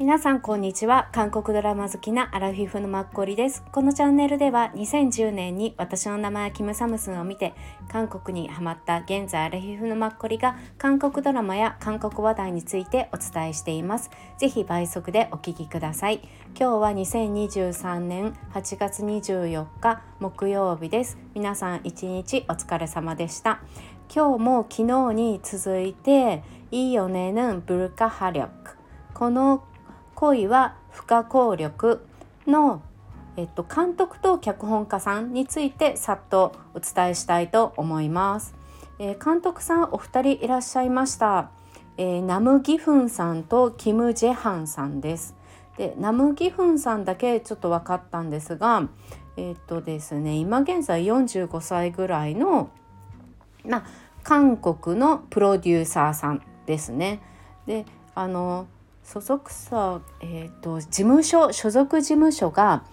皆さんこんにちは。韓国ドラマ好きなアラフィフのマッコリです。このチャンネルでは2010年に私の名前キムサムスンを見て韓国にハマった現在アラフィフのマッコリが韓国ドラマや韓国話題についてお伝えしています。ぜひ倍速でお聞きください。今日は2023年8月24日木曜日です。皆さん一日お疲れ様でした。今日も昨日に続いて이연애는 불가하력、この恋は不可抗力の、監督と脚本家さんについてさっとお伝えしたいと思います。監督さんお二人いらっしゃいました。ナムギフンさんとキム・ジェハンさんです。でナムギフンさんだけちょっと分かったんですが、ですね、今現在45歳ぐらいの、韓国のプロデューサーさんですね。で所属所属事務所が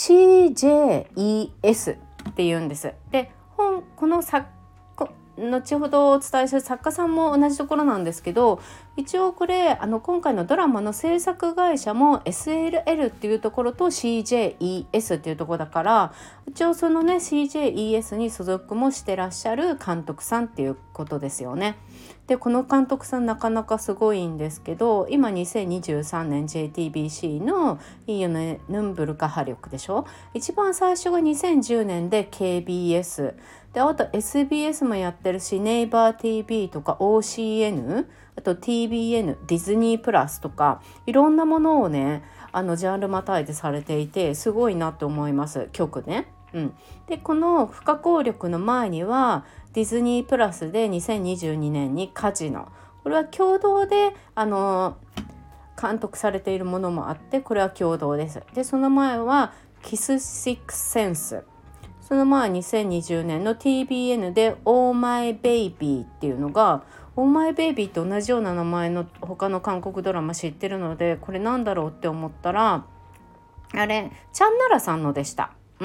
CJES っていうんです。でこの後ほどお伝えする作家さんも同じところなんですけど、一応これ今回のドラマの制作会社も SLL っていうところと CJES っていうところだから、一応そのね CJES に所属もしてらっしゃる監督さんっていうことですよね。でこの監督さんなかなかすごいんですけど、今2023年 JTBC の이연애는 불가하력でしょ。一番最初が2010年で KBSで、あと SBS もやってるし、ネイバー TV とか OCN、 あと TBN、 ディズニープラスとかいろんなものをねジャンルまたいでされていてすごいなと思います。曲ね。でこの不可抗力の前にはディズニープラスで2022年にカジノ、これは共同で監督されているものもあって、これは共同です。でその前はキスシックスセンス、その前2020年の TBN で Oh My Baby っていうのが、 Oh My Baby と同じような名前の他の韓国ドラマ知ってるので、これなんだろうって思ったら、あれチャンナラさんのでした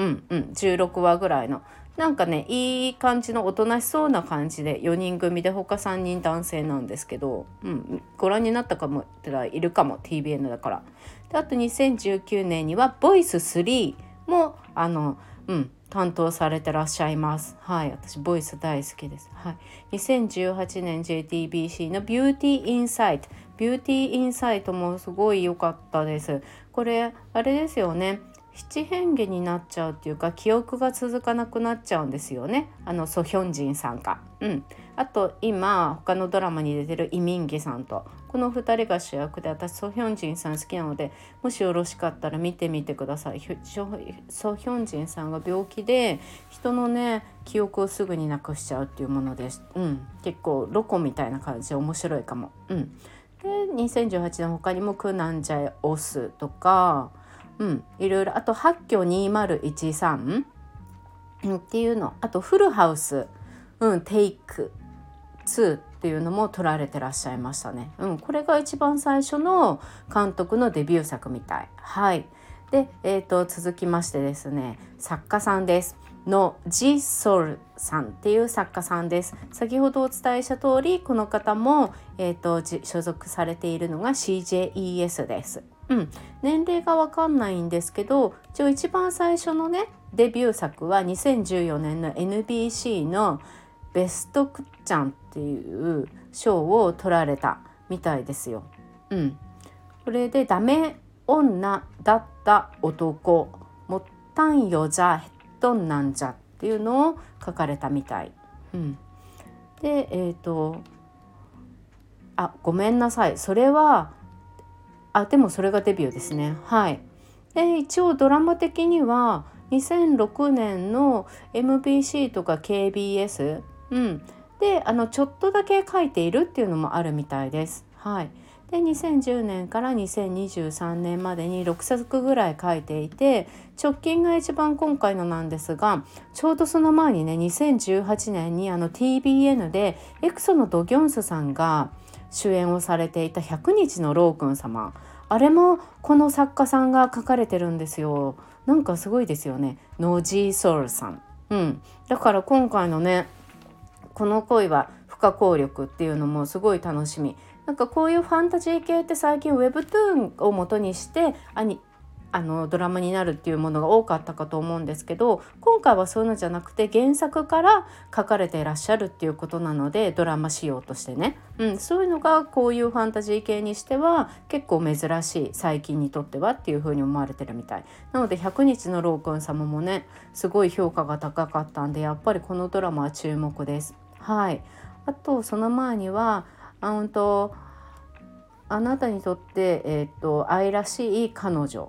。16話ぐらいのなんかね、いい感じのおとなしそうな感じで4人組で他3人男性なんですけど、ご覧になったかもっているかも TBN だから。であと2019年にはボイス3も担当されてらっしゃいます。はい、私ボイス大好きです。はい、2018年 JTBC のビューティーインサイト、ビューティーインサイトもすごい良かったです。これあれですよね、七変化になっちゃうっていうか、記憶が続かなくなっちゃうんですよね、ソヒョンジンさんが。あと今他のドラマに出てるイミンギさんと、この2人が主役で、私ソヒョンジンさん好きなので、もしよろしかったら見てみてください。ソヒョンジンさんが病気で人のね記憶をすぐになくしちゃうっていうものです。結構ロコみたいな感じで面白いかも。で2018年他にもクナンジャイオスとかいろいろ、あと八挙2013、っていうの、あとフルハウス、テイク2っていうのも撮られてらっしゃいましたね。これが一番最初の監督のデビュー作みたい。はい。で、続きましてですね、作家さんです。のジ・ソルさんっていう作家さんです。先ほどお伝えした通り、この方も、所属されているのが CJES です。年齢が分かんないんですけど、一番最初のねデビュー作は2014年の NBC のベストクッチャンっていう賞を取られたみたいですよ。これでダメ女だった男もったんよじゃどんなんじゃっていうのを書かれたみたい。でごめんなさい、それはでもそれがデビューですね。はい。で一応ドラマ的には2006年の MBC とか KBS、でちょっとだけ書いているっていうのもあるみたいです。はい。で2010年から2023年までに6作ぐらい書いていて、直近が一番今回のなんですが、ちょうどその前にね2018年にTBN でエクソのドギョンスさんが主演をされていた100日のロー君様、あれもこの作家さんが書かれてるんですよ。なんかすごいですよね、ノジーソルさん。だから今回のねこの恋は不可可抗力っていうのもすごい楽しみ。なんかこういうファンタジー系って最近 Webtoon を元にしてドラマになるっていうものが多かったかと思うんですけど、今回はそういうのじゃなくて原作から書かれていらっしゃるっていうことなので、ドラマ仕様としてね、そういうのがこういうファンタジー系にしては結構珍しい、最近にとってはっていうふうに思われてるみたいなので、100日のロー君様もねすごい評価が高かったんで、やっぱりこのドラマは注目です。はい。あとその前にはあなたにとって、愛らしい彼女、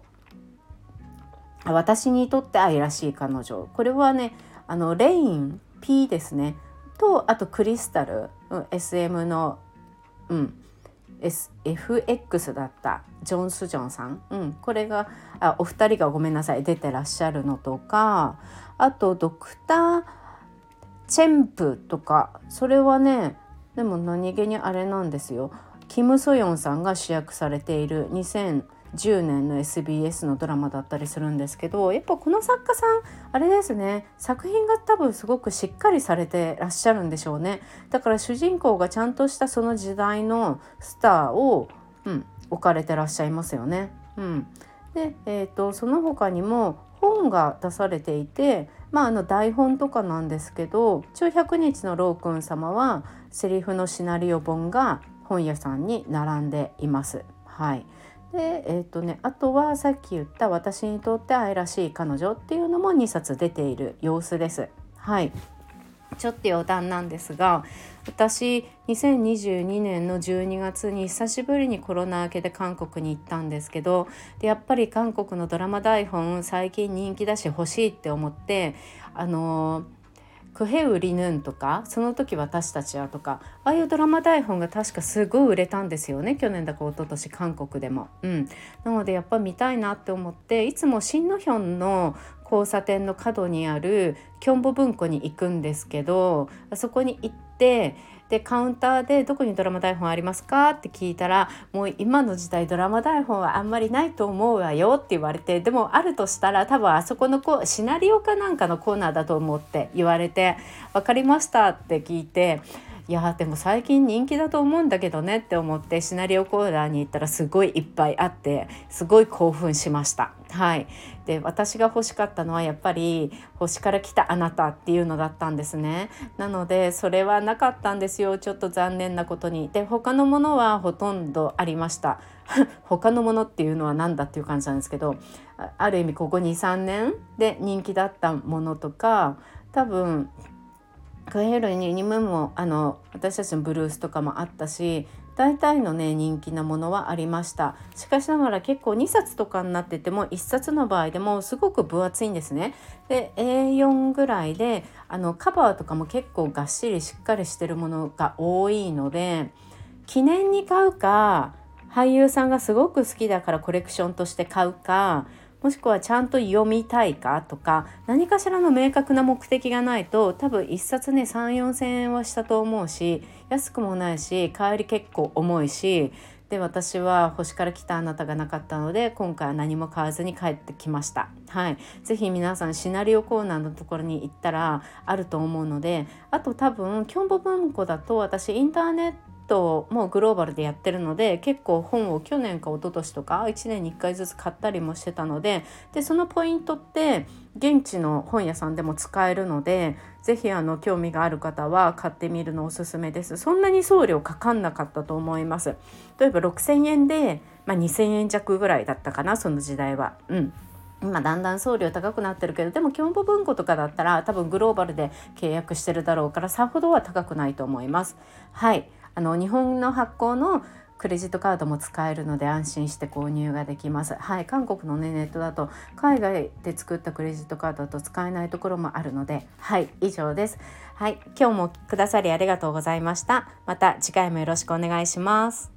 私にとって愛らしい彼女、これはねレイン P ですねと、あとクリスタル、SM の、FX だったジョンスジョンさん、これがお二人がごめんなさい出てらっしゃるのとか、あとドクターチェンプとか、それはねでも何気にあれなんですよ、キム・ソヨンさんが主役されている2010年の SBS のドラマだったりするんですけど、やっぱこの作家さんあれですね、作品が多分すごくしっかりされてらっしゃるんでしょうね。だから主人公がちゃんとしたその時代のスターを、置かれてらっしゃいますよね。で、その他にも本が出されていて、台本とかなんですけど、100日のロー君様はセリフのシナリオ本が本屋さんに並んでいます。はい。で、あとはさっき言った私にとって愛らしい彼女っていうのも2冊出ている様子です。はい。ちょっと余談なんですが、私2022年の12月に久しぶりにコロナ明けで韓国に行ったんですけど、でやっぱり韓国のドラマ台本最近人気だし欲しいって思って、クヘウリヌンとかその時私たちはとか、ああいうドラマ台本が確かすごい売れたんですよね、去年だか一昨年韓国でも。なのでやっぱ見たいなって思って、いつもシンノヒョンの交差点の角にあるキョンボ文庫に行くんですけど、そこに行ってでカウンターでどこにドラマ台本ありますかって聞いたら、もう今の時代ドラマ台本はあんまりないと思うわよって言われて、でもあるとしたら多分あそこのシナリオかなんかのコーナーだと思って言われて、分かりましたって聞いて、いやでも最近人気だと思うんだけどねって思ってシナリオコーナーに行ったらすごいいっぱいあって、すごい興奮しました。はい。で私が欲しかったのはやっぱり星から来たあなたっていうのだったんですね。なのでそれはなかったんですよ、ちょっと残念なことに。で他のものはほとんどありました他のものっていうのは何だっていう感じなんですけど、ある意味ここ 2,3 年で人気だったものとか、多分クヘルにも私たちのブルースとかもあったし、大体のね人気なものはありました。しかしながら結構2冊とかになってても1冊の場合でもすごく分厚いんですね。で A4 ぐらいでカバーとかも結構がっしりしっかりしてるものが多いので、記念に買うか、俳優さんがすごく好きだからコレクションとして買うか、もしくはちゃんと読みたいかとか、何かしらの明確な目的がないと多分1冊ね 3,4 千円はしたと思うし、安くもないし帰り結構重いし、で私は星から来たあなたがなかったので今回は何も買わずに帰ってきました。はい。ぜひ皆さんシナリオコーナーのところに行ったらあると思うので、あと多分キョンボ文庫だと私インターネットもうグローバルでやってるので、結構本を去年か一昨年とか1年に1回ずつ買ったりもしてたので、そのポイントって現地の本屋さんでも使えるので、ぜひ興味がある方は買ってみるのおすすめです。そんなに送料かかんなかったと思います。例えば6,000円で、2,000円弱ぐらいだったかな、その時代は。今だんだん送料高くなってるけど、でもキョンボ文庫とかだったら多分グローバルで契約してるだろうからさほどは高くないと思います。はい。日本の発行のクレジットカードも使えるので安心して購入ができます。はい。韓国のねネットだと海外で作ったクレジットカードだと使えないところもあるので、はい、以上です。はい。今日もくださりありがとうございました。また次回もよろしくお願いします。